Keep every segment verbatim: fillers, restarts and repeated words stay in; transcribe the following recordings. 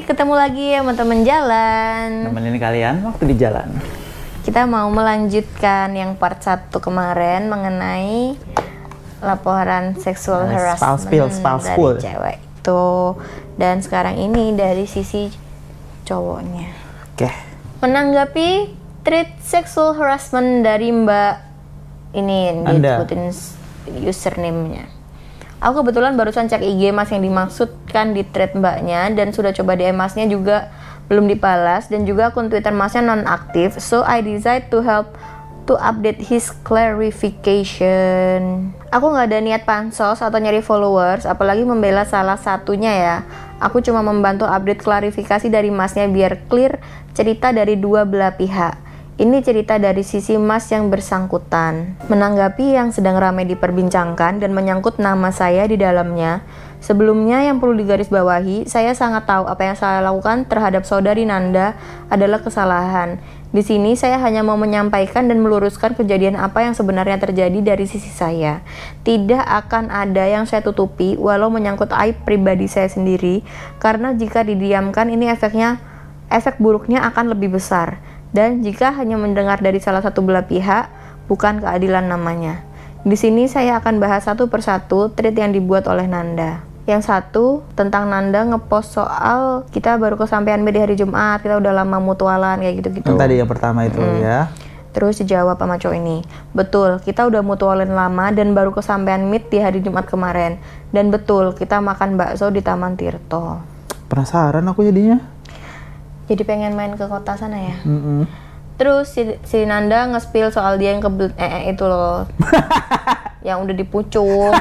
ketemu lagi sama temen jalan. Nemenin kalian waktu di jalan. Kita mau melanjutkan yang part satu kemarin mengenai laporan seksual Nah, harassment spill, spill, dari spill. cewek itu. Dan sekarang ini dari sisi cowoknya. Oke. Menanggapi treat sexual harassment dari Mbak ini, Anda. disebutin username-nya. Aku kebetulan barusan cek I G Mas yang dimaksudkan di thread mbaknya dan sudah coba D M Masnya juga belum dibalas dan juga akun Twitter Masnya non-aktif. So I decide to help to update his clarification. Aku nggak ada niat pansos atau nyari followers, apalagi membela salah satunya ya. Aku cuma membantu update klarifikasi dari Masnya biar clear cerita dari dua belah pihak. Ini cerita dari sisi Mas yang bersangkutan. Menanggapi yang sedang ramai diperbincangkan dan menyangkut nama saya di dalamnya, sebelumnya yang perlu digarisbawahi, saya sangat tahu apa yang saya lakukan terhadap saudari Nanda adalah kesalahan. Di sini saya hanya mau menyampaikan dan meluruskan kejadian apa yang sebenarnya terjadi dari sisi saya. Tidak akan ada yang saya tutupi walau menyangkut aib pribadi saya sendiri, karena jika didiamkan ini efeknya, efek buruknya akan lebih besar. Dan jika hanya mendengar dari salah satu belah pihak, bukan keadilan namanya. Di sini saya akan bahas satu persatu tweet yang dibuat oleh Nanda. Yang satu, tentang Nanda ngepost soal kita baru kesampaian di hari Jumat, kita udah lama mutualan, kayak gitu-gitu. Yang tadi yang pertama itu Hmm. ya. Terus dijawab sama cowok ini, betul, kita udah mutualin lama dan baru kesampaian meet di hari Jumat kemarin. Dan betul, kita makan bakso di Taman Tirto. Penasaran aku jadinya. Jadi pengen main ke kota sana ya? Mm-mm. Terus si, si Nanda nge-spill soal dia yang kebelet ee itu loh. Yang udah dipucuk.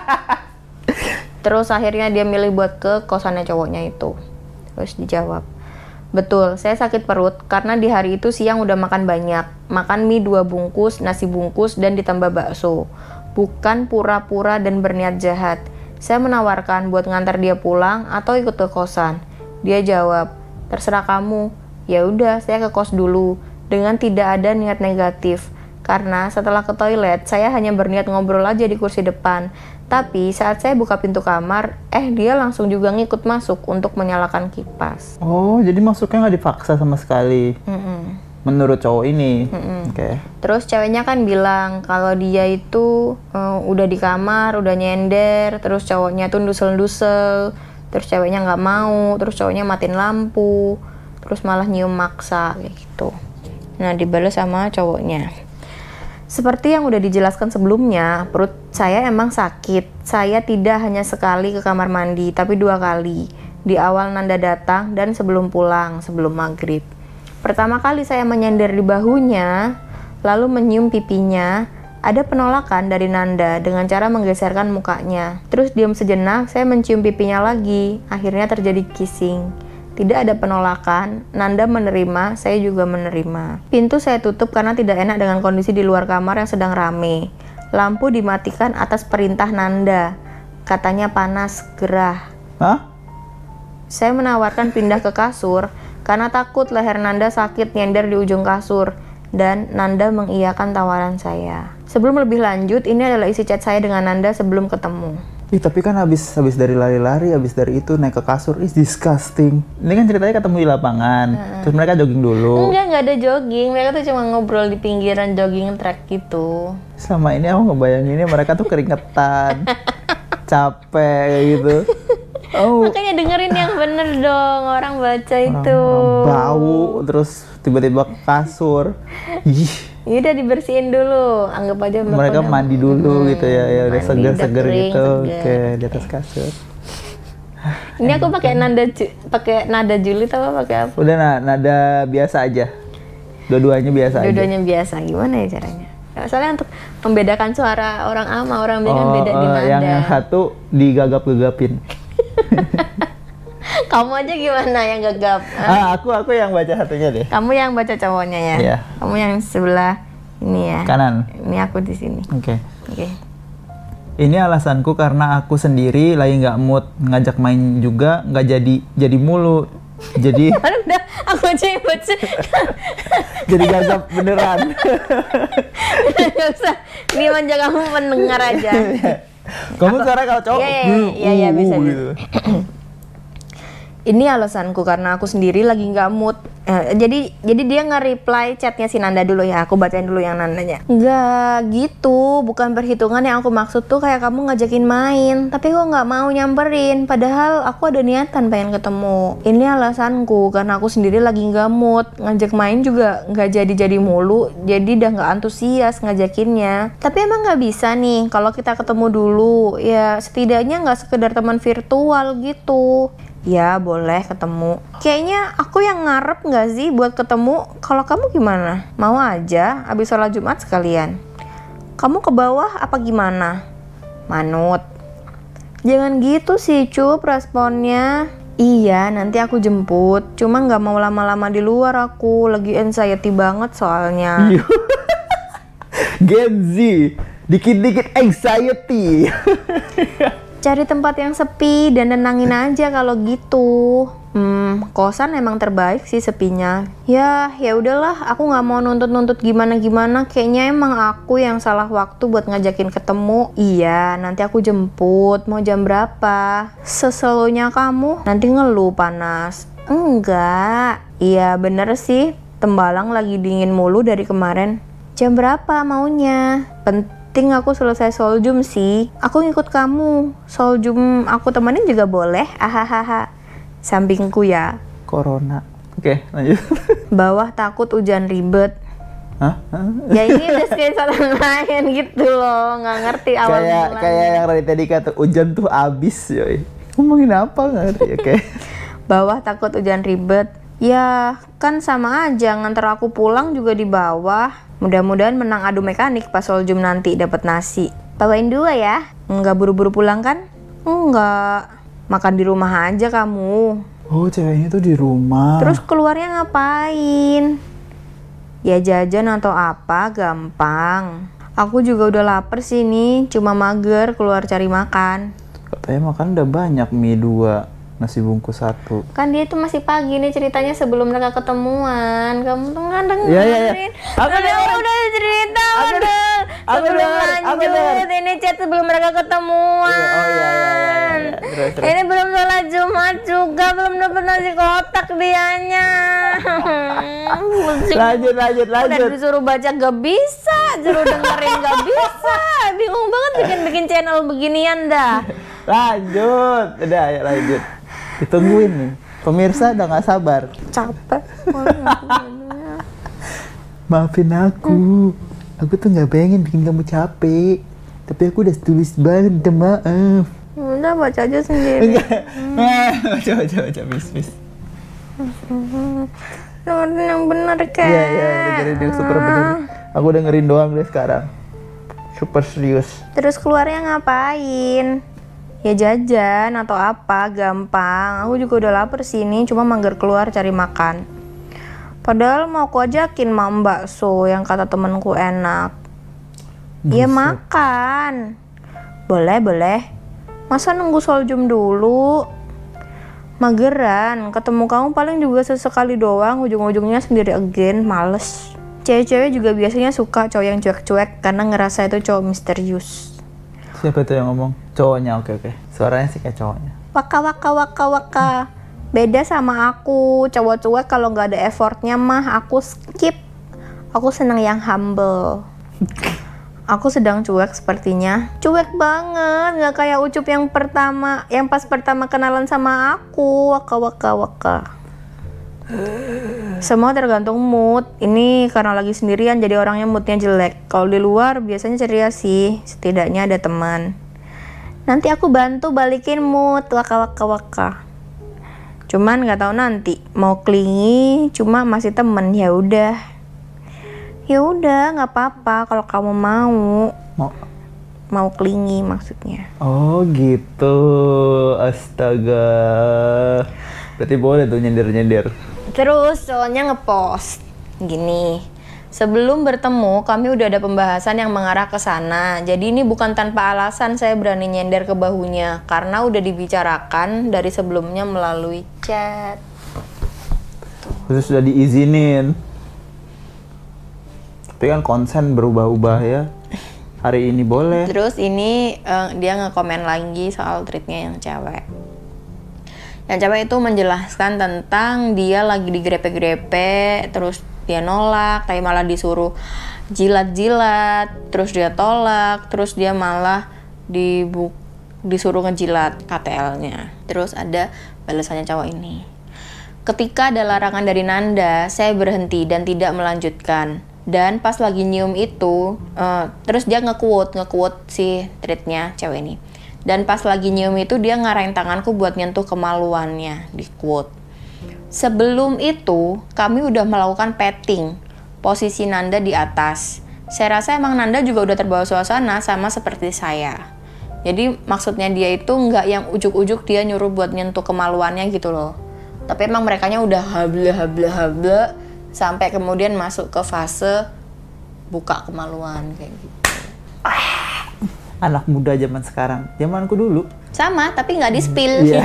Terus akhirnya dia milih buat ke kosannya cowoknya itu. Terus dijawab, betul, saya sakit perut karena di hari itu siang udah makan banyak. Makan mie dua bungkus, nasi bungkus, dan ditambah bakso. Bukan pura-pura dan berniat jahat. Saya menawarkan buat ngantar dia pulang atau ikut ke kosan. Dia jawab, terserah kamu. Ya udah, saya ke kos dulu dengan tidak ada niat negatif. Karena setelah ke toilet, saya hanya berniat ngobrol aja di kursi depan. Tapi saat saya buka pintu kamar, eh dia langsung juga ngikut masuk untuk menyalakan kipas. Oh, jadi masuknya nggak dipaksa sama sekali. Mm-mm. Menurut cowok ini. Mm-mm. Oke. Terus ceweknya kan bilang kalau dia itu uh, udah di kamar, udah nyender, terus cowoknya tuh dusel-dusel, terus ceweknya nggak mau, terus cowoknya matiin lampu, terus malah nyium maksa kayak gitu. Nah, dibalas sama cowoknya. Seperti yang udah dijelaskan sebelumnya, perut saya emang sakit. Saya tidak hanya sekali ke kamar mandi, tapi dua kali. Di awal Nanda datang dan sebelum pulang, sebelum maghrib. Pertama kali saya menyender di bahunya, lalu menyium pipinya. Ada penolakan dari Nanda dengan cara menggeserkan mukanya. Terus diam sejenak, saya mencium pipinya lagi. Akhirnya terjadi kissing. Tidak ada penolakan, Nanda menerima, saya juga menerima. Pintu saya tutup karena tidak enak dengan kondisi di luar kamar yang sedang rame. Lampu dimatikan atas perintah Nanda. Katanya panas, gerah. Hah? Saya menawarkan pindah ke kasur karena takut leher Nanda sakit nyender di ujung kasur. Dan Nanda mengiyakan tawaran saya. Sebelum lebih lanjut, ini adalah isi chat saya dengan Nanda sebelum ketemu. Ih, tapi kan habis habis dari lari-lari, habis dari itu naik ke kasur, is disgusting. Ini kan ceritanya ketemu di lapangan, uh. terus mereka jogging dulu. Enggak, nggak ada jogging. Mereka tuh cuma ngobrol di pinggiran jogging track gitu. Selama ini aku ngebayanginnya mereka tuh keringetan, capek kayak gitu. Oh. Makanya dengerin yang bener dong, orang baca Orang, itu. orang bau, terus tiba-tiba ke kasur. Ih. Udah dibersihin dulu, anggap aja mereka mandi dulu hmm, gitu ya, ya udah seger-seger gitu, seger. Oke di atas kasur. Ini aku pakai nada pakai nada Julid apa pakai apa? Udah nah, nada biasa aja, dua-duanya biasa. Dua-duanya aja. biasa, gimana ya caranya? Soalnya untuk membedakan suara orang A sama orang B kan oh, beda di nada. Yang yang satu digagap-gagapin. Kamu aja gimana yang gagap? Ah, aku aku yang baca satunya deh. Kamu yang baca cowoknya ya? Iya. Kamu yang sebelah ini ya? Kanan. Ini aku di sini. Oke. Okay. Oke. Okay. Ini alasanku karena aku sendiri lagi nggak mood ngajak main juga, nggak jadi jadi mulu. Jadi. Udah, aku aja yang baca. Jadi gagap beneran. Nggak usah. Ini manja kamu mendengar aja. Kamu sekarang kalau cowok. Iya iya iya bisa. Gitu. Ini alasanku karena aku sendiri lagi nggak mood. Eh, jadi jadi dia nge-reply chatnya si Nanda dulu ya. Aku bacain dulu yang Nandanya. Nggak gitu, bukan perhitungan yang aku maksud tuh kayak kamu ngajakin main, tapi kok nggak mau nyamperin. Padahal aku ada niatan pengen ketemu. Ini alasanku karena aku sendiri lagi nggak mood. Ngajak main juga nggak jadi-jadi mulu. Jadi udah nggak antusias ngajakinnya. Tapi emang nggak bisa nih kalau kita ketemu dulu. Ya setidaknya nggak sekedar teman virtual gitu. Ya boleh ketemu. Kayaknya aku yang ngarep gak sih buat ketemu. Kalau kamu gimana? Mau aja abis sholat Jumat sekalian. Kamu ke bawah apa gimana? Manut. Jangan gitu sih Cup responnya. Iya nanti aku jemput. Cuma gak mau lama-lama di luar aku. Lagi anxiety banget soalnya. Gen Z, dikit-dikit anxiety. Cari tempat yang sepi dan nenangin aja kalau gitu. Hmm, kosan emang terbaik sih sepinya. Ya, ya udahlah, aku nggak mau nuntut-nuntut gimana-gimana. Kayaknya emang aku yang salah waktu buat ngajakin ketemu. Iya, nanti aku jemput. Mau jam berapa? Seselunya kamu. Nanti ngeluh panas. Enggak. Iya, bener sih. Tembalang lagi dingin mulu dari kemarin. Jam berapa maunya? Penting Penting aku selesai soljum sih. Aku ngikut kamu. Soljum aku temenin juga boleh. Ahahaha. Sampingku ya. Corona. Oke, lanjut. Bawah takut hujan ribet. Hah? Ya ini udah screenshot yang lain gitu loh. Nggak ngerti awal Kayak mulanya. kayak yang tadi tadi kata hujan tuh abis, yoi. Ngomongin apa nggak ngerti? Oke. Bawah takut hujan ribet. Ya kan sama aja, nganter aku pulang juga di bawah. Mudah-mudahan menang adu mekanik pas soljum nanti dapat nasi. Bawain dua ya. Nggak buru-buru pulang kan? Enggak. Makan di rumah aja kamu. Oh ceweknya tuh di rumah. Terus keluarnya ngapain? Ya jajan atau apa, gampang. Aku juga udah lapar sih nih, cuma mager keluar cari makan. Katanya makan udah banyak, mie dua, nasi bungkus satu. Kan dia tuh masih pagi nih ceritanya sebelum mereka ketemuan. Kamu tuh nggak dengerin. Iya, iya, iya. Aku udah, denger. udah cerita Aku udah. denger. Aku Sebelum denger. Aku denger. lanjut, ini chat sebelum mereka ketemuan. Iya, oh iya, iya, iya, iya. Terus, terus. Ini belum sholat Jumat juga, belum dapat nasi kotak dianya. Lanjut, lanjut, Udah lanjut. disuruh baca gak bisa, disuruh dengerin gak bisa. Bingung banget bikin-bikin channel beginian dah. Lanjut. Udah, ayo lanjut. Ditungguin nih. Pemirsa udah gak sabar. Capek. Maafin aku. Aku tuh gak pengen bikin kamu capek. Tapi aku udah tulis banget, minta maaf. Udah baca aja sendiri. Enggak. Nah, coba, coba, coba, bis, bis. Dengerin yang bener kan? Iya, iya, dengerin yang super bener. Aku dengerin doang deh sekarang. Super serius. Terus keluarnya ngapain? Ya jajan atau apa, gampang. Aku juga udah lapar sini, cuma mager keluar cari makan. Padahal mau aku ajakin mam bakso yang kata temenku enak. Iya makan. Boleh, boleh. Masa nunggu soljum dulu? Mageran, ketemu kamu paling juga sesekali doang, ujung-ujungnya sendiri again, males. Cewek-cewek juga biasanya suka cowok yang cuek-cuek karena ngerasa itu cowok misterius. Siapa tuh yang ngomong? Cowoknya, oke oke. Suaranya sih kayak cowoknya. Waka waka waka waka. Beda sama aku, cowok cuek kalau nggak ada effortnya mah aku skip. Aku senang yang humble. Aku sedang cuek sepertinya. Cuek banget, nggak kayak Ucup yang pertama, yang pas pertama kenalan sama aku. Waka waka waka. Semua tergantung mood. Ini karena lagi sendirian jadi orangnya moodnya jelek. Kalau di luar biasanya ceria sih, setidaknya ada teman. Nanti aku bantu balikin mood. Waka waka waka. Cuman nggak tahu nanti mau klingi, cuma masih temen. Ya udah. Ya udah, nggak apa-apa kalau kamu mau. Mau Mau klingi maksudnya. Oh gitu. Astaga. Berarti boleh tuh nyender-nyender. Terus soalnya ngepost gini. Sebelum bertemu, kami udah ada pembahasan yang mengarah ke sana. Jadi ini bukan tanpa alasan saya berani nyender ke bahunya karena udah dibicarakan dari sebelumnya melalui chat. Terus sudah diizinin. Tapi kan konsen berubah-ubah ya. Hari ini boleh. Terus ini uh, dia nge-komen lagi soal treatnya yang cewek. Yang cewek itu menjelaskan tentang dia lagi digrepe-grepe, terus dia nolak, tapi malah disuruh jilat-jilat, terus dia tolak, terus dia malah dibu disuruh ngejilat K T L-nya. Terus ada balasannya cowok ini. Ketika ada larangan dari Nanda, saya berhenti dan tidak melanjutkan. Dan pas lagi nyium itu, uh, terus dia nge-quote, nge-quote si treatnya cewek ini. Dan pas lagi nyium itu dia ngarahin tanganku buat nyentuh kemaluannya, di quote. Sebelum itu, kami udah melakukan petting, posisi Nanda di atas. Saya rasa emang Nanda juga udah terbawa suasana sama seperti saya. Jadi maksudnya dia itu nggak yang ujuk-ujuk dia nyuruh buat nyentuh kemaluannya gitu loh. Tapi emang merekanya udah hable hable hable sampai kemudian masuk ke fase buka kemaluan kayak gitu. Anak muda zaman sekarang, zamanku dulu. Sama, tapi nggak di-spill. Iya.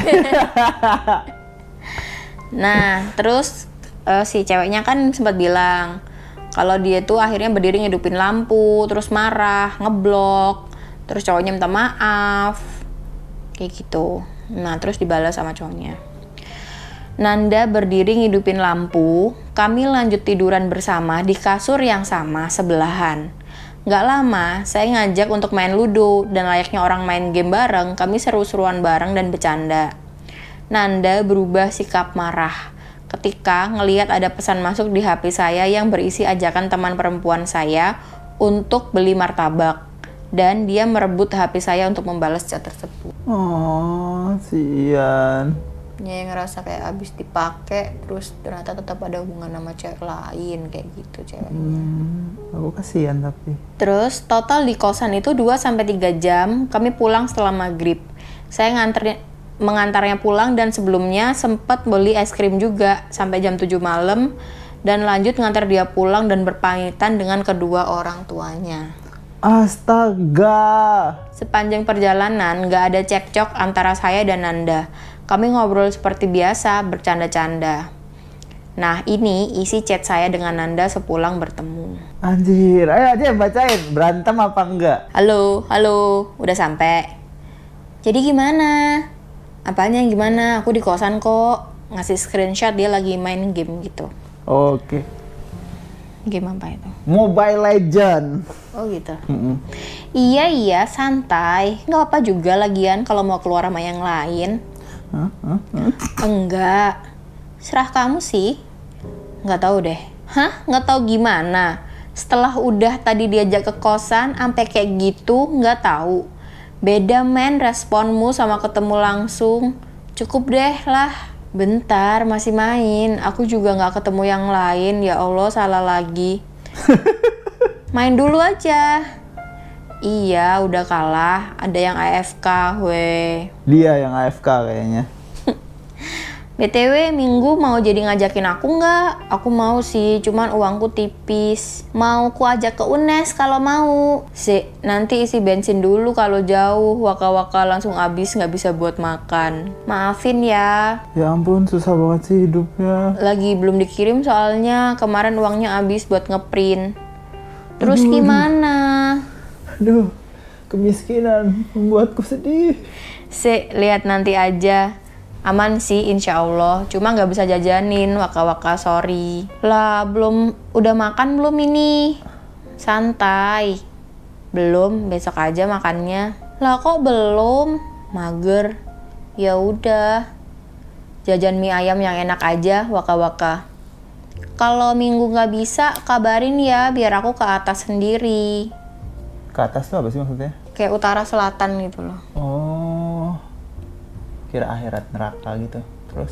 Nah, terus uh, si ceweknya kan sempat bilang kalau dia tuh akhirnya berdiri ngidupin lampu, terus marah, ngeblok, terus cowoknya minta maaf, kayak gitu. Nah, terus dibalas sama cowoknya. Nanda berdiri ngidupin lampu, kami lanjut tiduran bersama di kasur yang sama sebelahan. Gak lama, saya ngajak untuk main ludo, dan layaknya orang main game bareng, kami seru-seruan bareng dan bercanda. Nanda berubah sikap marah ketika ngelihat ada pesan masuk di H P saya yang berisi ajakan teman perempuan saya untuk beli martabak, dan dia merebut H P saya untuk membalas chat tersebut. Oh, sian. Ya, yang ngerasa kayak abis dipakai terus ternyata tetap ada hubungan sama cewek lain kayak gitu ceweknya. Hmm, aku kasihan tapi. Terus total di kosan itu dua sampai tiga jam, kami pulang setelah maghrib. Saya nganter mengantarnya pulang dan sebelumnya sempat beli es krim juga sampai jam tujuh malam dan lanjut ngantar dia pulang dan berpamitan dengan kedua orang tuanya. Astaga. Sepanjang perjalanan gak ada cekcok antara saya dan Nanda. Kami ngobrol seperti biasa, bercanda-canda. Nah, ini isi chat saya dengan Nanda sepulang bertemu. Anjir, ayo aja bacain. Berantem apa enggak? Halo, halo, udah sampai. Jadi gimana? Apanya yang gimana? Aku di kosan kok. Ngasih screenshot dia lagi main game gitu. Oke. Game apa itu? Mobile Legend. Oh gitu. Mm-mm. Iya iya, santai. Nggak apa juga lagian kalau mau keluar sama yang lain. Hah? Hah? Hah? Enggak. Serah kamu sih. Nggak tahu deh. Hah? Nggak tahu gimana? Setelah udah tadi diajak ke kosan, sampai kayak gitu, nggak tahu. Beda men responmu sama ketemu langsung. Cukup deh lah. Bentar, masih main. Aku juga nggak ketemu yang lain. Ya Allah, salah lagi. Main dulu aja. Iya, udah kalah. Ada yang A F K, weh. Dia yang A F K kayaknya. B T W minggu mau jadi ngajakin aku nggak? Aku mau sih, cuman uangku tipis. Mau ku ajak ke U N E S kalau mau. Sih, nanti isi bensin dulu kalau jauh. Waka-waka langsung habis nggak bisa buat makan. Maafin ya. Ya ampun, susah banget sih hidupnya. Lagi belum dikirim soalnya kemarin uangnya habis buat ngeprint. Terus Aduh, gimana? Aduh, kemiskinan membuatku sedih. Sih, lihat nanti aja. Aman sih insya Allah, cuma nggak bisa jajanin, waka-waka sorry. Lah belum, udah makan belum ini? Santai. Belum, besok aja makannya. Lah kok belum? Mager. Ya udah. Jajan mie ayam yang enak aja, waka-waka. Kalau minggu nggak bisa, kabarin ya biar aku ke atas sendiri. Ke atas tuh apa sih maksudnya? Kayak utara selatan gitu loh. Oh, kira akhirat neraka gitu. Terus?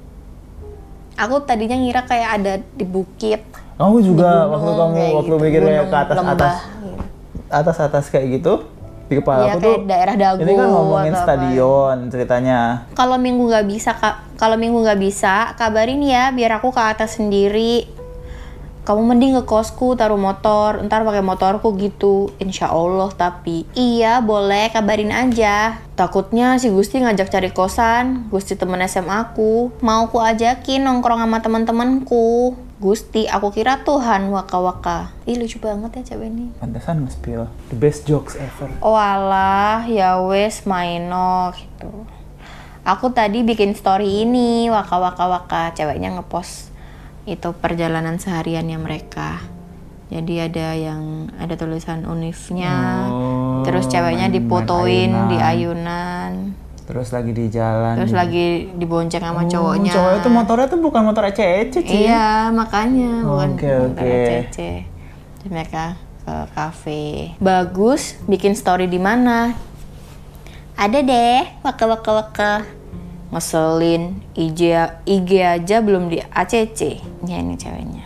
Aku tadinya ngira kayak ada di bukit. Aku juga di gunung, waktu kamu kayak waktu gitu, mikirnya gunung, ke atas lembah, atas gitu. atas atas kayak gitu di kepala Iya, aku kayak tuh. daerah Dago. Ini kan ngomongin atau apa. stadion ceritanya. Kalau minggu nggak bisa, kak, kalau minggu nggak bisa, kabarin ya biar aku ke atas sendiri. Kamu mending ke kosku taruh motor, ntar pakai motorku gitu, insya Allah. Tapi iya boleh kabarin aja. Takutnya si Gusti ngajak cari kosan, Gusti temen S M A aku, mau ku ajakin nongkrong sama teman-temanku. Gusti, aku kira Tuhan waka-waka. Ih lucu banget ya cewek ini. Pantesan nge-spill the best jokes ever. Oh alah, ya wes maino gitu. Aku tadi bikin story ini, waka waka waka, ceweknya ngepost itu perjalanan sehariannya mereka. Jadi ada yang ada tulisan unifnya, Oh, terus ceweknya main- dipotoin main di ayunan. ayunan, Terus lagi di jalan. terus di- lagi dibonceng sama Oh, cowoknya. Cowok itu motornya tuh bukan motor Ece-Ece, Ci. Iya, makanya bukan Oke, bukan oke. Cece. Terus mereka ke kafe. Bagus, bikin story di mana? Ada deh, waka waka waka. Ngeselin, I G, I G aja belum di A C C. Ya ini ceweknya.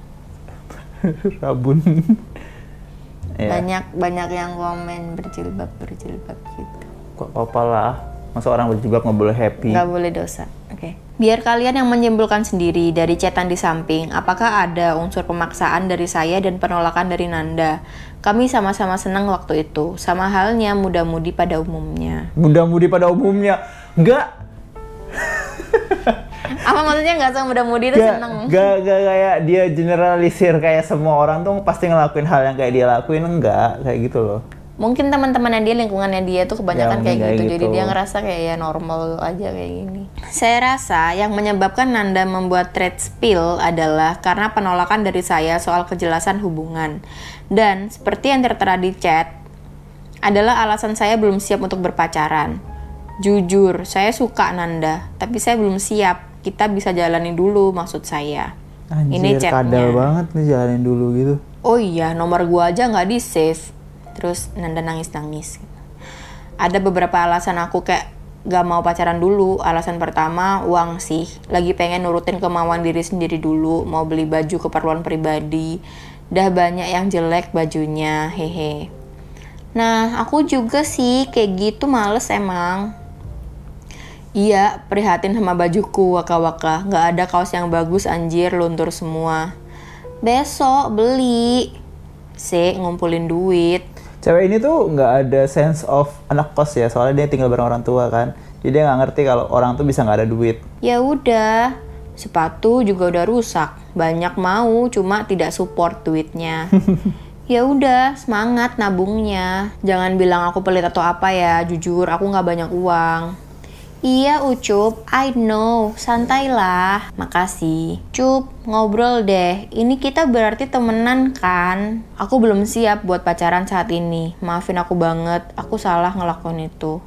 Rabun. Iya. Banyak banyak yang komen berjilbab berjilbab gitu. Kok apa lah. Masa orang berjilbab nggak boleh happy? Nggak boleh dosa. Oke. Biar kalian yang menyimpulkan sendiri dari chatan di samping, apakah ada unsur pemaksaan dari saya dan penolakan dari Nanda? Kami sama-sama senang waktu itu, sama halnya muda-mudi pada umumnya. Muda-mudi pada umumnya. Enggak. Apa maksudnya nggak sama muda-mudi itu Gak, seneng? gak, gak kayak dia generalisir kayak semua orang tuh pasti ngelakuin hal yang kayak dia lakuin. Enggak, kayak gitu loh. Mungkin teman-temannya dia, lingkungannya dia tuh kebanyakan Ya, kayak mungkin gitu. kayak Jadi gitu. dia ngerasa kayak ya normal aja kayak gini. Saya rasa yang menyebabkan Nanda membuat thread spill adalah karena penolakan dari saya soal kejelasan hubungan. Dan seperti yang tertera di chat, adalah alasan saya belum siap untuk berpacaran. Jujur, saya suka Nanda, tapi saya belum siap. Kita bisa jalani dulu maksud saya. Anjir, Ini chatnya. kadal banget nih jalanin dulu gitu. Oh iya, nomor gua aja nggak di save. Terus Nanda nangis-nangis. Ada beberapa alasan aku kayak gak mau pacaran dulu. Alasan pertama, uang sih. Lagi pengen nurutin kemauan diri sendiri dulu. Mau beli baju keperluan pribadi. Dah banyak yang jelek bajunya, hehe. Nah, aku juga sih kayak gitu males emang. Iya, prihatin sama bajuku, waka-waka. Gak ada kaos yang bagus, anjir, luntur semua. Besok beli. Sih, ngumpulin duit. Cewek ini tuh nggak ada sense of anak kos ya, soalnya dia tinggal bareng orang tua kan. Jadi dia nggak ngerti kalau orang tuh bisa nggak ada duit. Ya udah, sepatu juga udah rusak. Banyak mau, cuma tidak support duitnya. Ya udah, semangat nabungnya. Jangan bilang aku pelit atau apa ya. Jujur, aku nggak banyak uang. Iya Ucup, I know, santailah. Makasih. Cup, ngobrol deh. Ini kita berarti temenan kan? Aku belum siap buat pacaran saat ini. Maafin aku banget, aku salah ngelakuin itu.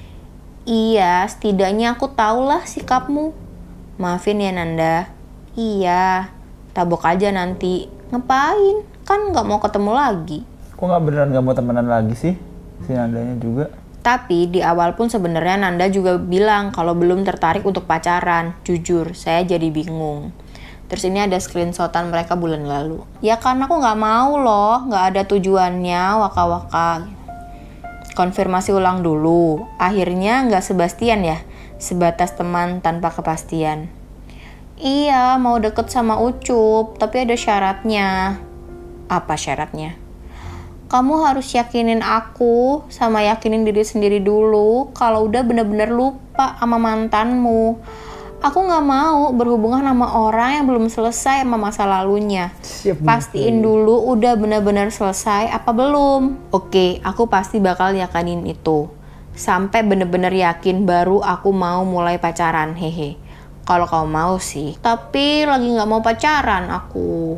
Iya, setidaknya aku tahulah sikapmu. Maafin ya Nanda. Iya, tabok aja nanti. Ngapain? Kan nggak mau ketemu lagi. Kok nggak beneran nggak mau temenan lagi sih si Nandanya juga? Tapi di awal pun sebenarnya Nanda juga bilang kalau belum tertarik untuk pacaran. Jujur, saya jadi bingung. Terus ini ada screenshotan mereka bulan lalu. Ya karena aku nggak mau loh, nggak ada tujuannya, waka-waka. Konfirmasi ulang dulu. Akhirnya nggak sebastian ya, sebatas teman tanpa kepastian. Iya, mau deket sama Ucup, tapi ada syaratnya. Apa syaratnya? Kamu harus yakinin aku sama yakinin diri sendiri dulu kalau udah bener-bener lupa sama mantanmu. Aku gak mau berhubungan sama orang yang belum selesai sama masa lalunya. Siap, Pastiin dulu udah bener-bener selesai apa belum. Oke, aku pasti bakal yakinin itu. Sampai bener-bener yakin baru aku mau mulai pacaran, hehe. Kalau kau mau sih. Tapi lagi gak mau pacaran aku.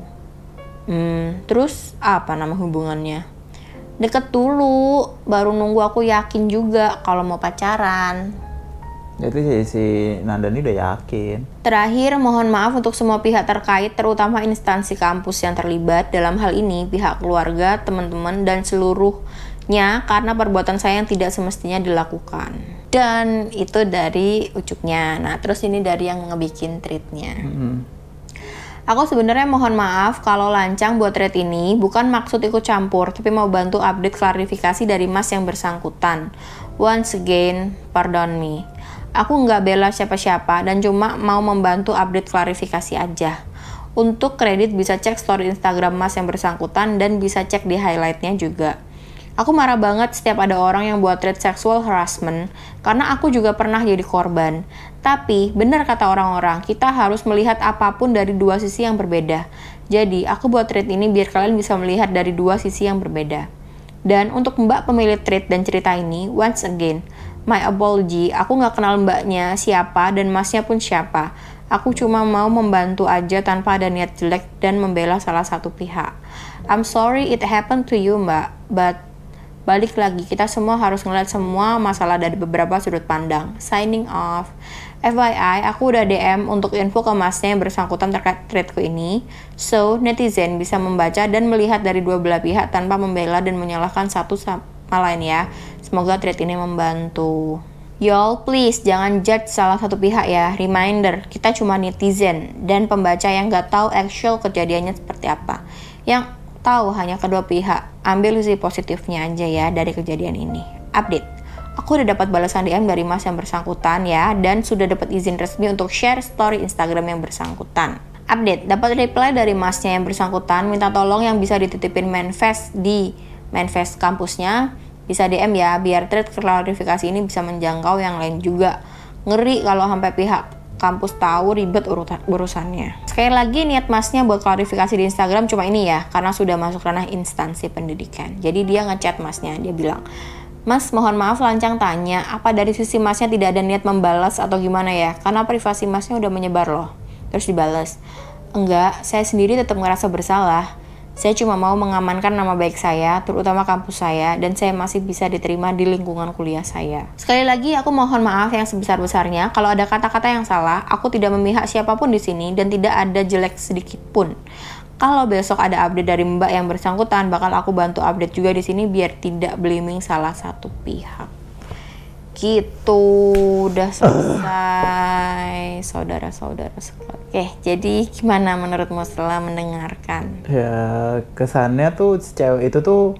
Hmm, terus apa nama hubungannya? Deket dulu, baru nunggu aku yakin juga kalau mau pacaran. Jadi si, si Nanda ini udah yakin. Terakhir, mohon maaf untuk semua pihak terkait, terutama instansi kampus yang terlibat dalam hal ini, pihak keluarga, teman-teman, dan seluruhnya karena perbuatan saya yang tidak semestinya dilakukan. Dan itu dari Ucupnya. Nah, terus ini dari yang ngebikin tweetnya. Mm-hmm. Aku sebenarnya mohon maaf kalau lancang buat thread ini, bukan maksud ikut campur, tapi mau bantu update klarifikasi dari mas yang bersangkutan. Once again, pardon me. Aku nggak bela siapa-siapa dan cuma mau membantu update klarifikasi aja. Untuk kredit bisa cek story Instagram mas yang bersangkutan dan bisa cek di highlightnya juga. Aku marah banget setiap ada orang yang buat thread sexual harassment, karena aku juga pernah jadi korban. Tapi, benar kata orang-orang, kita harus melihat apapun dari dua sisi yang berbeda. Jadi, aku buat thread ini biar kalian bisa melihat dari dua sisi yang berbeda. Dan untuk mbak pemilik thread dan cerita ini, once again, My apology, aku nggak kenal mbaknya siapa dan masnya pun siapa. Aku cuma mau membantu aja tanpa ada niat jelek dan membela salah satu pihak. I'm sorry it happened to you mbak, but balik lagi, kita semua harus ngeliat semua masalah dari beberapa sudut pandang. Signing off. F Y I, aku udah D M untuk info ke masnya yang bersangkutan terkait threadku ini. So, netizen bisa membaca dan melihat dari dua belah pihak tanpa membela dan menyalahkan satu sama lain ya. Semoga thread ini membantu. Y'all, please jangan judge salah satu pihak ya. Reminder, kita cuma netizen dan pembaca yang gak tahu actual kejadiannya seperti apa. Yang tahu hanya kedua pihak. Ambil sisi positifnya aja ya dari kejadian ini. Update. Aku udah dapat balasan D M dari mas yang bersangkutan ya, dan sudah dapat izin resmi untuk share story Instagram yang bersangkutan. Update, dapat reply dari masnya yang bersangkutan, minta tolong yang bisa dititipin manifest di manifest kampusnya, bisa D M ya, biar thread klarifikasi ini bisa menjangkau yang lain juga. Ngeri kalau sampai pihak kampus tahu, ribet urutan urusannya. Sekali lagi, niat masnya buat klarifikasi di Instagram cuma ini ya, karena sudah masuk ranah instansi pendidikan. Jadi dia ngechat masnya, dia bilang, Mas, mohon maaf lancang tanya, apa dari sisi masnya tidak ada niat membalas atau gimana ya? Karena privasi masnya udah menyebar loh. Terus dibalas, enggak, saya sendiri tetap ngerasa bersalah. Saya cuma mau mengamankan nama baik saya, terutama kampus saya, dan saya masih bisa diterima di lingkungan kuliah saya. Sekali lagi, aku mohon maaf yang sebesar-besarnya. Kalau ada kata-kata yang salah, aku tidak memihak siapapun di sini dan tidak ada jelek sedikit pun. Kalau besok ada update dari mbak yang bersangkutan, bakal aku bantu update juga di sini biar tidak blaming salah satu pihak. Gitu, udah selesai, saudara-saudara sekalian. Oke, jadi gimana menurutmu setelah mendengarkan? Ya, kesannya tuh si cewek itu tuh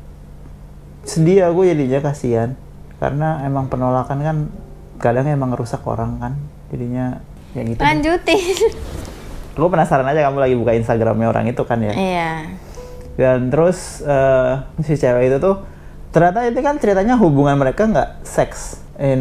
sedih, aku jadinya kasihan. Karena emang penolakan kan kadang emang ngerusak orang kan. Jadinya ya gitu. Lanjutin. Gue penasaran aja, kamu lagi buka Instagramnya orang itu kan ya? Iya. Dan terus uh, si cewek itu tuh ternyata itu kan ceritanya hubungan mereka nggak seks, in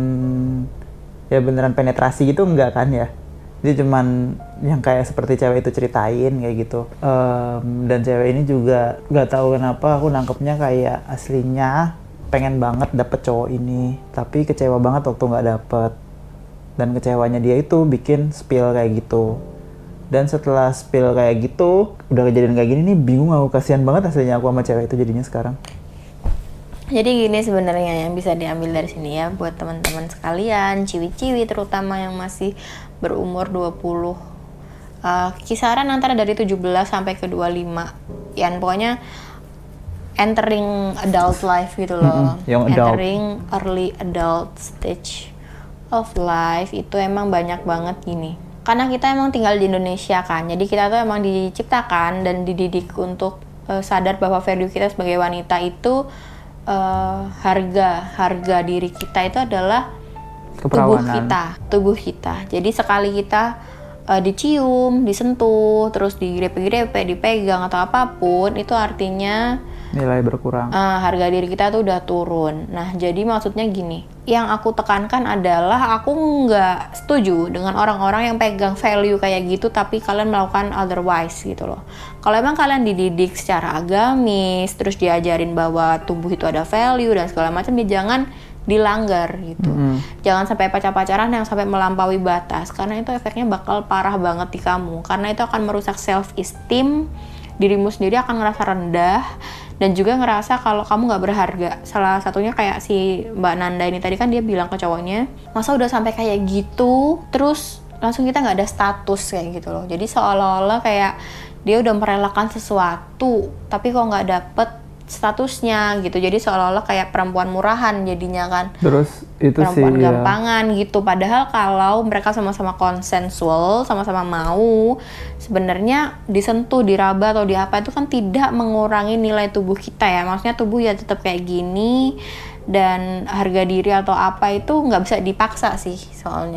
ya beneran penetrasi gitu enggak kan ya? Jadi cuman yang kayak seperti cewek itu ceritain kayak gitu. Um, dan cewek ini juga nggak tahu kenapa aku nangkepnya kayak aslinya pengen banget dapet cowok ini, tapi kecewa banget waktu nggak dapet. Dan kecewanya dia itu bikin spill kayak gitu. Dan setelah spill kayak gitu, udah kejadian kayak gini nih, bingung aku, kasihan banget aslinya aku sama cewek itu jadinya sekarang. Jadi gini sebenarnya yang bisa diambil dari sini ya, buat teman-teman sekalian, ciwi-ciwi terutama yang masih berumur dua puluh, uh, kisaran antara dari tujuh belas sampai ke dua puluh lima. Ya pokoknya entering adult life gitu loh. Mm-hmm, yang adult. Entering early adult stage of life itu emang banyak banget gini. Karena kita emang tinggal di Indonesia kan, jadi kita tuh emang diciptakan dan dididik untuk uh, sadar bahwa value kita sebagai wanita itu uh, harga harga diri kita itu adalah tubuh kita, tubuh kita. Jadi sekali kita uh, dicium, disentuh, terus digrepe-grepe, dipegang atau apapun, itu artinya nilai berkurang. Uh, harga diri kita tuh udah turun. Nah, jadi maksudnya gini, yang aku tekankan adalah aku nggak setuju dengan orang-orang yang pegang value kayak gitu, tapi kalian melakukan otherwise gitu loh. Kalau emang kalian dididik secara agamis, terus diajarin bahwa tubuh itu ada value dan segala macam, ya jangan dilanggar gitu. Mm-hmm. Jangan sampai pacar-pacaran yang sampai melampaui batas, karena itu efeknya bakal parah banget di kamu. Karena itu akan merusak self-esteem, dirimu sendiri akan ngerasa rendah, dan juga ngerasa kalau kamu nggak berharga. Salah satunya kayak si Mbak Nanda ini tadi kan, dia bilang ke cowoknya, masa udah sampai kayak gitu terus langsung kita nggak ada status kayak gitu loh. Jadi seolah-olah kayak dia udah merelakan sesuatu tapi kok nggak dapet statusnya gitu. Jadi seolah-olah kayak perempuan murahan jadinya kan. Terus itu perempuan sih gampangan ya. Gitu. Padahal kalau mereka sama-sama konsensual, sama-sama mau, sebenarnya disentuh, diraba atau di apa itu kan tidak mengurangi nilai tubuh kita ya. Maksudnya tubuh ya tetap kayak gini, dan harga diri atau apa itu nggak bisa dipaksa sih soalnya.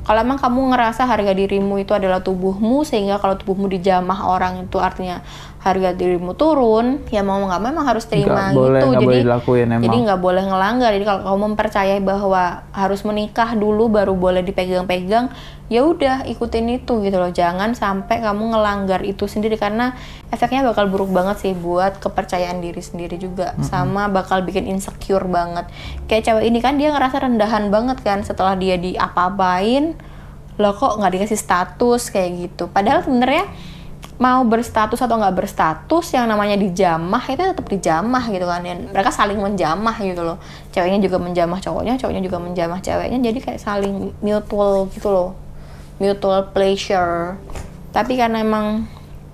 Kalau emang kamu ngerasa harga dirimu itu adalah tubuhmu, sehingga kalau tubuhmu dijamah orang itu artinya harga dirimu turun, ya mau nggak mau emang harus terima Nggak boleh, gitu. nggak Jadi boleh dilakuin emang. jadi nggak boleh ngelanggar. Jadi kalau kamu mempercayai bahwa harus menikah dulu baru boleh dipegang-pegang, ya udah ikutin itu gitu loh. Jangan sampai kamu ngelanggar itu sendiri, karena efeknya bakal buruk banget sih buat kepercayaan diri sendiri juga. Mm-hmm. Sama bakal bikin insecure banget. Kayak cewek ini kan dia ngerasa rendahan banget kan setelah dia diapa-apain, loh kok nggak dikasih status kayak gitu. Padahal sebenarnya mau berstatus atau nggak berstatus, yang namanya dijamah itu tetap dijamah gitu kan. Dan mereka saling menjamah gitu loh. Ceweknya juga menjamah cowoknya, cowoknya juga menjamah ceweknya. Jadi kayak saling mutual gitu loh, mutual pleasure. Tapi karena emang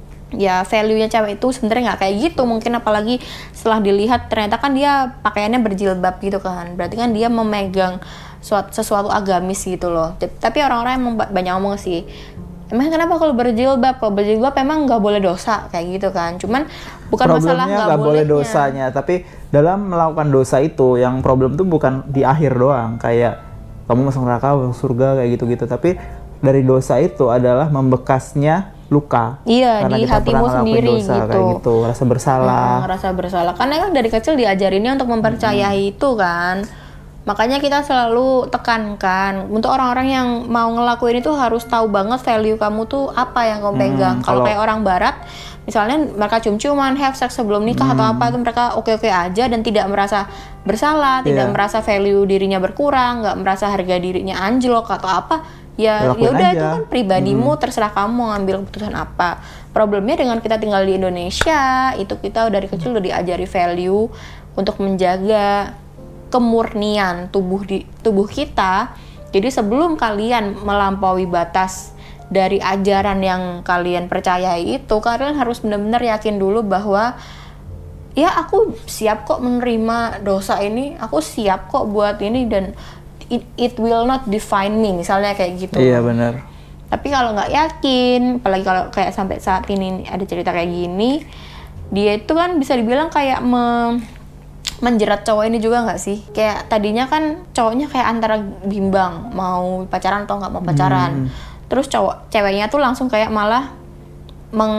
ya value-nya cewek itu sebenarnya nggak kayak gitu mungkin, apalagi setelah dilihat ternyata kan dia pakaiannya berjilbab gitu kan. Berarti kan dia memegang suatu, sesuatu agamis gitu loh. Tapi orang-orang emang banyak ngomong sih, emang kenapa kalau berjilbab? Kalau berjilbab emang nggak boleh dosa kayak gitu kan. Cuman bukan masalah nggak boleh dosanya, tapi dalam melakukan dosa itu yang problem tuh bukan di akhir doang, kayak kamu masuk neraka, masuk surga kayak gitu-gitu. Tapi dari dosa itu adalah membekasnya luka. Iya, karena di kita hatimu sendiri dosa, gitu. Kayak gitu, rasa bersalah. Hmm, rasa bersalah. Karena kan dari kecil diajarinnya untuk mempercayai hmm. itu kan. Makanya kita selalu tekankan untuk orang-orang yang mau ngelakuin itu harus tahu banget value kamu tuh apa yang kamu pegang. Hmm, kalau kayak orang barat, misalnya mereka cium-ciuman, have sex sebelum nikah hmm. atau apa, itu mereka oke-oke aja dan tidak merasa bersalah, yeah. tidak merasa value dirinya berkurang, nggak merasa harga dirinya anjlok atau apa. Ya ya udah itu kan pribadimu, hmm. terserah kamu mau ngambil keputusan apa. Problemnya dengan kita tinggal di Indonesia, itu kita dari kecil udah diajari value untuk menjaga kemurnian tubuh di tubuh kita. Jadi sebelum kalian melampaui batas dari ajaran yang kalian percayai itu, kalian harus benar-benar yakin dulu bahwa ya aku siap kok menerima dosa ini, aku siap kok buat ini, dan it, it will not define me, misalnya kayak gitu. Iya benar. Tapi kalau nggak yakin, apalagi kalau kayak sampai saat ini ada cerita kayak gini, dia itu kan bisa dibilang kayak me menjerat cowok ini juga nggak sih? Kayak tadinya kan cowoknya kayak antara bimbang mau pacaran atau nggak mau pacaran. Hmm. Terus cowok ceweknya tuh langsung kayak malah meng,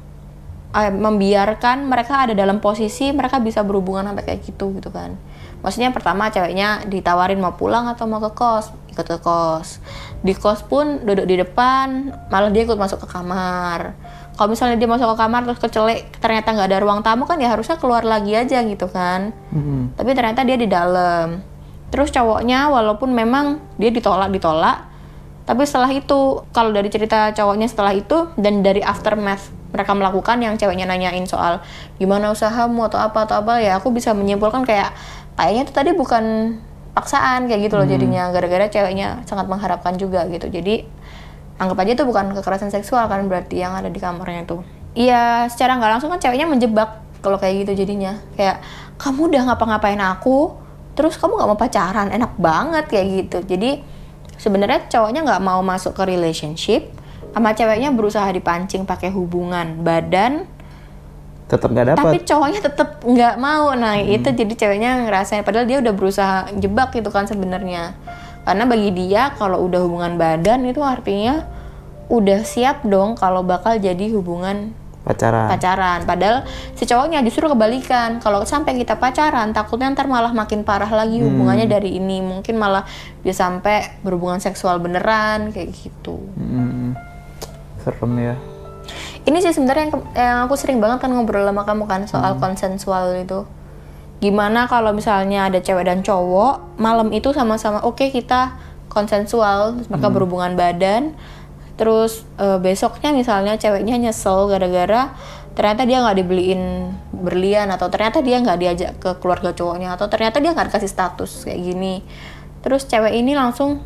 eh, membiarkan mereka ada dalam posisi mereka bisa berhubungan sampai kayak gitu gitu kan. Maksudnya pertama ceweknya ditawarin mau pulang atau mau ke kos, ikut ke kos. Di kos pun duduk di depan, malah dia ikut masuk ke kamar. Kalau misalnya dia masuk ke kamar terus kecelek, ternyata nggak ada ruang tamu kan ya harusnya keluar lagi aja gitu kan. Mm-hmm. Tapi ternyata dia di dalam. Terus cowoknya walaupun memang dia ditolak-ditolak, tapi setelah itu, kalau dari cerita cowoknya setelah itu dan dari aftermath mereka melakukan yang ceweknya nanyain soal gimana usahamu atau apa atau apa, ya aku bisa menyimpulkan kayak kayaknya itu tadi bukan paksaan kayak gitu loh. Mm. Jadinya gara-gara ceweknya sangat mengharapkan juga gitu. Jadi anggap aja itu bukan kekerasan seksual kan berarti yang ada di kamarnya itu. Iya, secara nggak langsung kan ceweknya menjebak kalau kayak gitu jadinya. Kayak, kamu udah ngapa-ngapain aku, terus kamu nggak mau pacaran, enak banget kayak gitu. Jadi sebenarnya cowoknya nggak mau masuk ke relationship, sama ceweknya berusaha dipancing pakai hubungan badan, tetap nggak dapat. Tapi cowoknya tetap nggak mau. Nah hmm. itu jadi ceweknya ngerasain, padahal dia udah berusaha jebak gitu kan sebenarnya. Karena bagi dia kalau udah hubungan badan itu artinya udah siap dong kalau bakal jadi hubungan pacaran. Pacaran. Padahal si cowoknya justru kebalikan. Kalau sampai kita pacaran, takutnya ntar malah makin parah lagi hubungannya hmm. dari ini. Mungkin malah bisa sampai berhubungan seksual beneran kayak gitu. Hmm. Serem ya. Ini sih sebenarnya yang, yang aku sering banget kan ngobrol sama kamu kan soal hmm. konsensual itu. Gimana kalau misalnya ada cewek dan cowok malam itu sama-sama oke okay, kita konsensual, terus mereka hmm. berhubungan badan, terus uh, besoknya misalnya ceweknya nyesel gara-gara ternyata dia nggak dibeliin berlian, atau ternyata dia nggak diajak ke keluarga cowoknya, atau ternyata dia nggak dikasih status kayak gini. Terus cewek ini langsung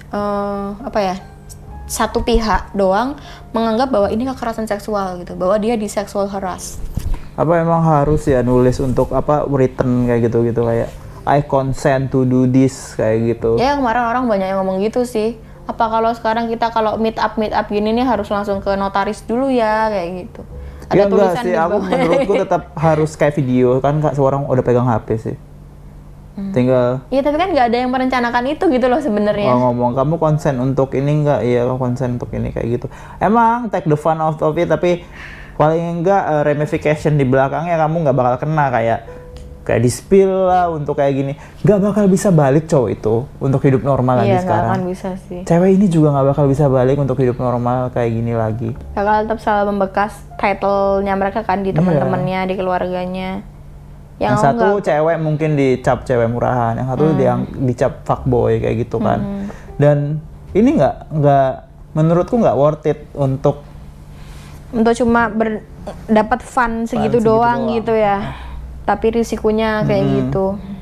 uh, apa ya, satu pihak doang menganggap bahwa ini kekerasan seksual gitu, bahwa dia di sexual harass. Apa emang harus ya nulis untuk apa written kayak gitu-gitu, kayak I consent to do this kayak gitu? Ya kemarin orang banyak yang ngomong gitu sih. Apa kalau sekarang kita kalau meet up meet up gini nih harus langsung ke notaris dulu ya kayak gitu? Ada ya tulisan enggak sih, aku menurutku tetap harus kayak video kan, kak seorang udah pegang H P sih. Hmm. Tinggal. Iya tapi kan nggak ada yang merencanakan itu gitu loh sebenarnya. Oh, ngomong kamu konsen untuk ini nggak? Iya konsen untuk ini kayak gitu. Emang take the fun out of it, tapi paling enggak uh, ramification di belakangnya kamu nggak bakal kena kayak kayak di spill lah untuk kayak gini. Nggak bakal bisa balik cowok itu untuk hidup normal lagi iya, sekarang. Iya nggak akan bisa sih. Cewek ini juga nggak bakal bisa balik untuk hidup normal kayak gini lagi. Bakal tetap selalu membekas title-nya mereka kan di teman-temannya, di keluarganya. Yang, yang satu enggak. Cewek mungkin dicap cewek murahan, yang satu hmm. yang dicap fuckboy kayak gitu kan. Hmm. Dan ini nggak nggak menurutku nggak worth it untuk untuk cuma ber, dapat fun segitu, segitu doang, doang gitu ya. Tapi risikonya kayak hmm. gitu.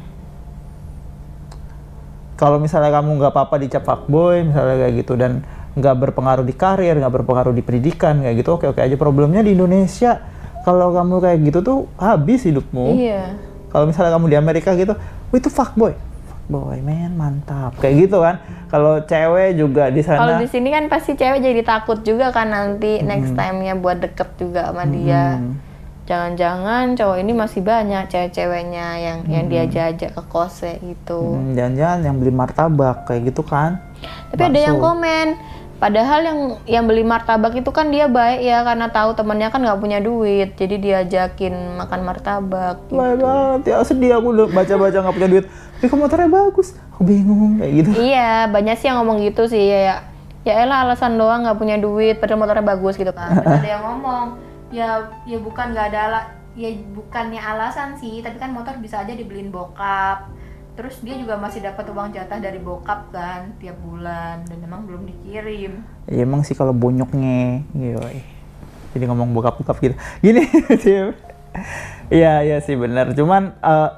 Kalau misalnya kamu nggak apa-apa dicap fuckboy misalnya kayak gitu dan nggak berpengaruh di karir, nggak berpengaruh di pendidikan kayak gitu, oke oke aja. Problemnya di Indonesia kalau kamu kayak gitu tuh habis hidupmu. Iya. Kalau misalnya kamu di Amerika gitu, oh itu fuckboy, fuckboy men mantap kayak gitu kan. Kalau cewek juga di sana. Kalau di sini kan pasti cewek jadi takut juga kan nanti hmm. next time-nya buat deket juga sama dia. Hmm. Jangan-jangan cowok ini masih banyak cewek-ceweknya yang hmm. yang diajak-ajak ke kose gitu. Hmm, jangan-jangan yang beli martabak kayak gitu kan. Tapi bakso. Ada yang komen. Padahal yang yang beli martabak itu kan dia baik ya karena tahu temannya kan nggak punya duit, jadi diajakin makan martabak. Gitu. Baik banget ya, sedih aku udah baca-baca nggak punya duit. Tapi kok motornya bagus, aku bingung kayak gitu. Iya, banyak sih yang ngomong gitu sih ya. Ya, ya elah alasan doang nggak punya duit, padahal motornya bagus gitu kan. Terus ada yang ngomong, ya ya bukan nggak ada ala, ya bukannya alasan sih, tapi kan motor bisa aja dibeliin bokap. Terus dia juga masih dapat uang jatah dari bokap kan tiap bulan dan emang belum dikirim. Ya emang sih kalau bonyoknya, yoi. Jadi ngomong bokap-bokap gitu. Gini sih. Iya iya sih benar. Cuman uh,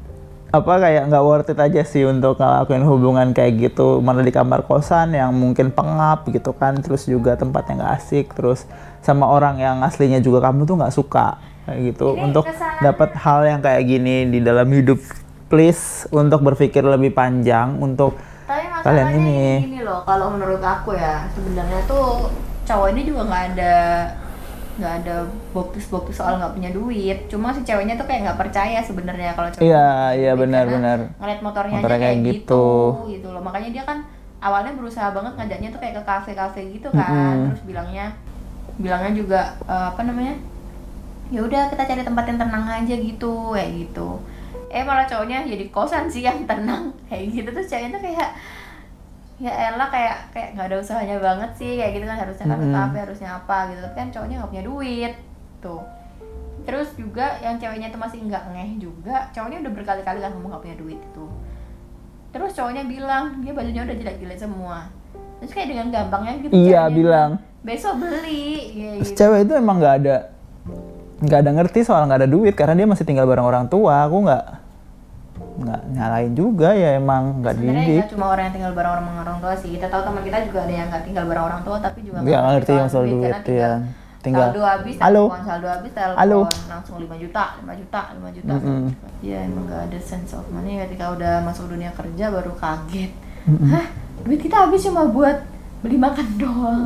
apa kayak nggak worth it aja sih untuk ngelakuin hubungan kayak gitu. Mana di kamar kosan yang mungkin pengap gitu kan. Terus juga tempatnya nggak asik. Terus sama orang yang aslinya juga kamu tuh nggak suka kayak gitu. Ini untuk dapat hal yang kayak gini di dalam hidup. Please untuk berpikir lebih panjang untuk tapi kalian ini. Gini loh, kalau menurut aku ya sebenarnya tuh cowok ini juga nggak ada nggak ada bukti-bukti soal nggak punya duit. Cuma si ceweknya tuh kayak nggak percaya sebenarnya kalau cowok. Iya iya benar-benar. Ngeliat motornya, motornya aja kayak gitu. gitu gitu loh. Makanya dia kan awalnya berusaha banget ngajaknya tuh kayak ke kafe-kafe gitu kan. Mm-hmm. Terus bilangnya bilangnya juga uh, apa namanya? Ya udah kita cari tempat yang tenang aja gitu, kayak gitu. Eh malah cowoknya jadi kosan sih yang tenang kayak gitu. Terus ceweknya tuh kayak ya elah kayak kayak nggak ada usahanya banget sih kayak gitu kan, harusnya kan ke kafe, harusnya apa gitu, tapi kan cowoknya nggak punya duit tuh. Terus juga yang ceweknya tuh masih nggak ngeh juga, cowoknya udah berkali-kali kan ngomong nggak punya duit itu. Terus cowoknya bilang dia bajunya udah jelek-jelek semua, terus kayak dengan gampangnya gitu iya bilang besok beli kayak gitu. Cewek itu emang nggak ada nggak ada ngerti soal nggak ada duit karena dia masih tinggal bareng orang tua. Aku nggak nggak nyalain juga ya, emang nggak dididik. Sebenarnya cuma orang yang tinggal bareng orang orang tua sih. Kita tahu teman kita juga ada yang nggak tinggal bareng orang tua tapi juga nggak ngerti yang soal duit, duit ya. Tinggal saldo habis, telepon, saldo habis, telepon langsung lima juta, lima juta, lima juta. Mm-hmm. Ya emang nggak ada sense of money. Ketika udah masuk dunia kerja baru kaget. Mm-hmm. Hah, duit kita habis cuma buat beli makan doang.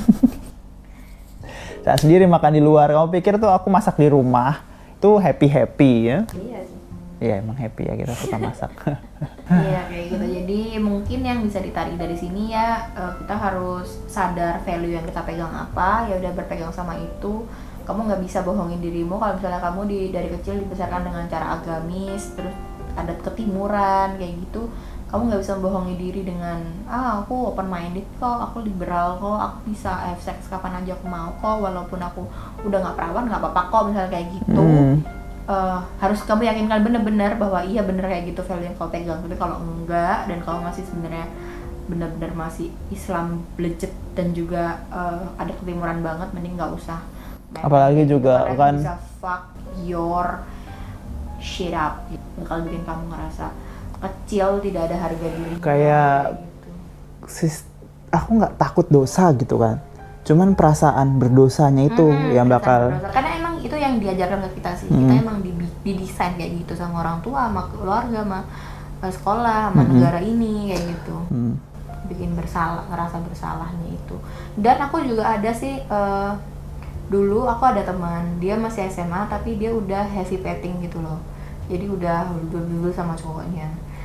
Saya sendiri makan di luar. Kamu pikir tuh aku masak di rumah tuh happy-happy ya? Iya sih. Iya emang happy ya, kita suka masak. Iya kayak gitu. Jadi mungkin yang bisa ditarik dari sini ya, kita harus sadar value yang kita pegang apa. Ya udah berpegang sama itu. Kamu nggak bisa bohongin dirimu kalau misalnya kamu di dari kecil dibesarkan dengan cara agamis, terus adat ketimuran kayak gitu. Kamu nggak bisa membohongi diri dengan ah aku open minded kok, aku liberal kok, aku bisa have sex kapan aja aku mau kok, walaupun aku udah nggak perawan nggak apa-apa kok, misalnya kayak gitu. Mm. Uh, harus kamu yakinkan benar-benar bahwa iya benar kayak gitu value yang kau pegang. Tapi kalau enggak dan kalau masih sebenarnya benar-benar masih Islam legit dan juga uh, ada ketimuran banget, mending nggak usah. Apalagi juga kan bisa fuck your shit up, bakal bikin kamu ngerasa kecil, tidak ada harga diri. Kayak gitu. Sis, aku nggak takut dosa gitu kan, cuman perasaan berdosanya itu hmm, yang bakal berdosa. Karena emang itu yang diajarkan ke kita sih. Hmm. Kita emang didesain kayak gitu sama orang tua, sama keluarga, sama sekolah, sama hmm. negara ini kayak gitu. Hmm. Bikin bersalah, ngerasa bersalahnya itu. Dan aku juga ada sih uh, dulu aku ada teman, dia masih S M A tapi dia udah heavy petting gitu loh. Jadi udah dulu sama cowoknya.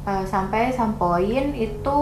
uh, sampai sampoin itu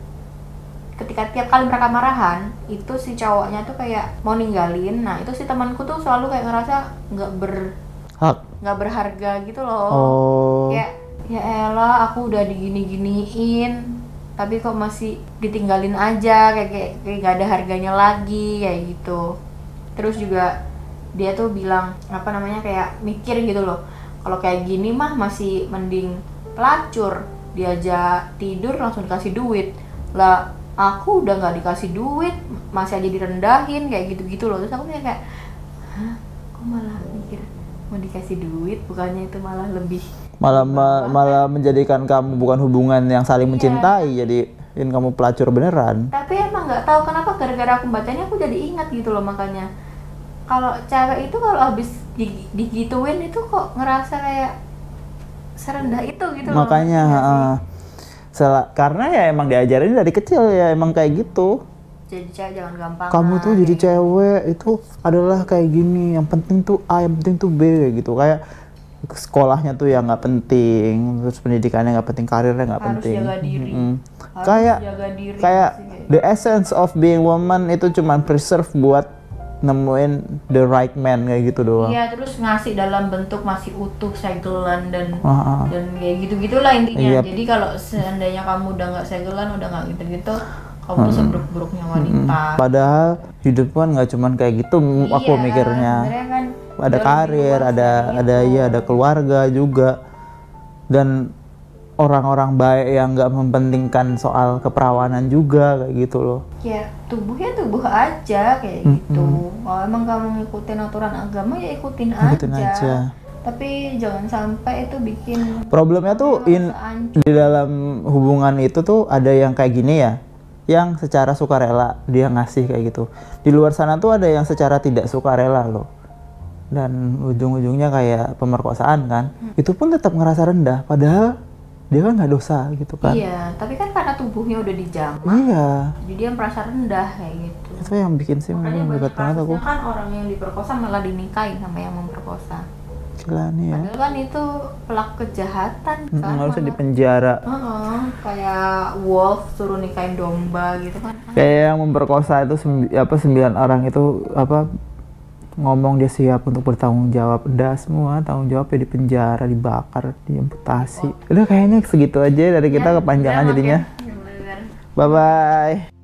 ketika tiap kali mereka marahan itu si cowoknya tuh kayak mau ninggalin. Nah itu si temanku tuh selalu kayak ngerasa nggak ber hak nggak berharga gitu loh. oh Kayak ya elah aku udah digini-giniin tapi kok masih ditinggalin aja, kayak kayak, kayak gak ada harganya lagi kayak gitu. Terus juga dia tuh bilang apa namanya kayak mikir gitu loh, kalau kayak gini mah masih mending pelacur, diajak tidur langsung dikasih duit lah. Aku udah nggak dikasih duit masih aja direndahin kayak gitu-gitu loh. Terus aku kayak hah, kok malah mikir mau dikasih duit, bukannya itu malah lebih malah ma- malah menjadikan kamu bukan hubungan yang saling Iya. mencintai, jadiin kamu pelacur beneran. Tapi emang nggak tahu kenapa gara-gara aku bacanya aku jadi ingat gitu loh. Makanya kalau cewek itu kalau habis di- digituin itu kok ngerasa kayak serendah itu gitu loh. Makanya Iya sih. uh, sel- karena ya emang diajarin dari kecil ya emang kayak gitu. Jadi cewek jangan gampang. Kamu tuh jadi cewek itu adalah kayak gini, yang penting tuh A, yang penting tuh B kayak gitu. Kayak sekolahnya tuh yang nggak penting, terus pendidikannya nggak penting, karirnya nggak Harus penting. jaga diri. Mm-mm. Harus Kayak jaga diri kayak sih, kayak the essence of being woman itu cuma preserve buat nemuin the right man kayak gitu doang. Iya, terus ngasih dalam bentuk masih utuh, segelan dan Ah, ah. dan kayak gitu-gitulah intinya. Yep. Jadi kalau seandainya kamu udah nggak segelan, udah nggak gitu-gitu, kamu tuh seburuk-buruknya wanita. Padahal hidup kan nggak cuman kayak gitu, aku Iya, mikirnya. sebenarnya kan Ada jauh lebih karir, luas ada dari ada itu. iya, ada keluarga juga. Dan orang-orang baik yang nggak mempentingkan soal keperawanan juga kayak gitu loh. Ya tubuhnya tubuh aja kayak gitu. Kalau emang kamu ngikutin aturan agama ya ikutin, Ikutin aja. aja. Tapi jangan sampai itu bikin Problemnya tuh in merasa hancur. di dalam hubungan itu tuh ada yang kayak gini ya, yang secara sukarela dia ngasih kayak gitu. Di luar sana tuh ada yang secara tidak sukarela loh. Dan ujung-ujungnya kayak pemerkosaan kan. Itu pun tetap ngerasa rendah padahal dia kan nggak dosa gitu kan. Iya, tapi kan karena tubuhnya udah dijamah, Iya, jadi dia merasa rendah kayak gitu. itu yang bikin sih Makanya memang banyak berat banget aku. kasusnya kan orang yang diperkosa malah dinikahin sama yang memperkosa. Gila nih ya. Padahal kan itu pelaku kejahatan Mm, kan. harusnya malah- di penjara. Heeh, kayak wolf suruh nikahin domba gitu kan. Kayak yang memperkosa itu sembi- apa sembilan orang itu apa ngomong dia siap untuk bertanggung jawab, udah semua tanggung jawabnya di penjara, dibakar, diamputasi. Udah kayaknya segitu aja dari kita, Ya, kepanjangan udah, jadinya. makin- ya, bener. Bye bye.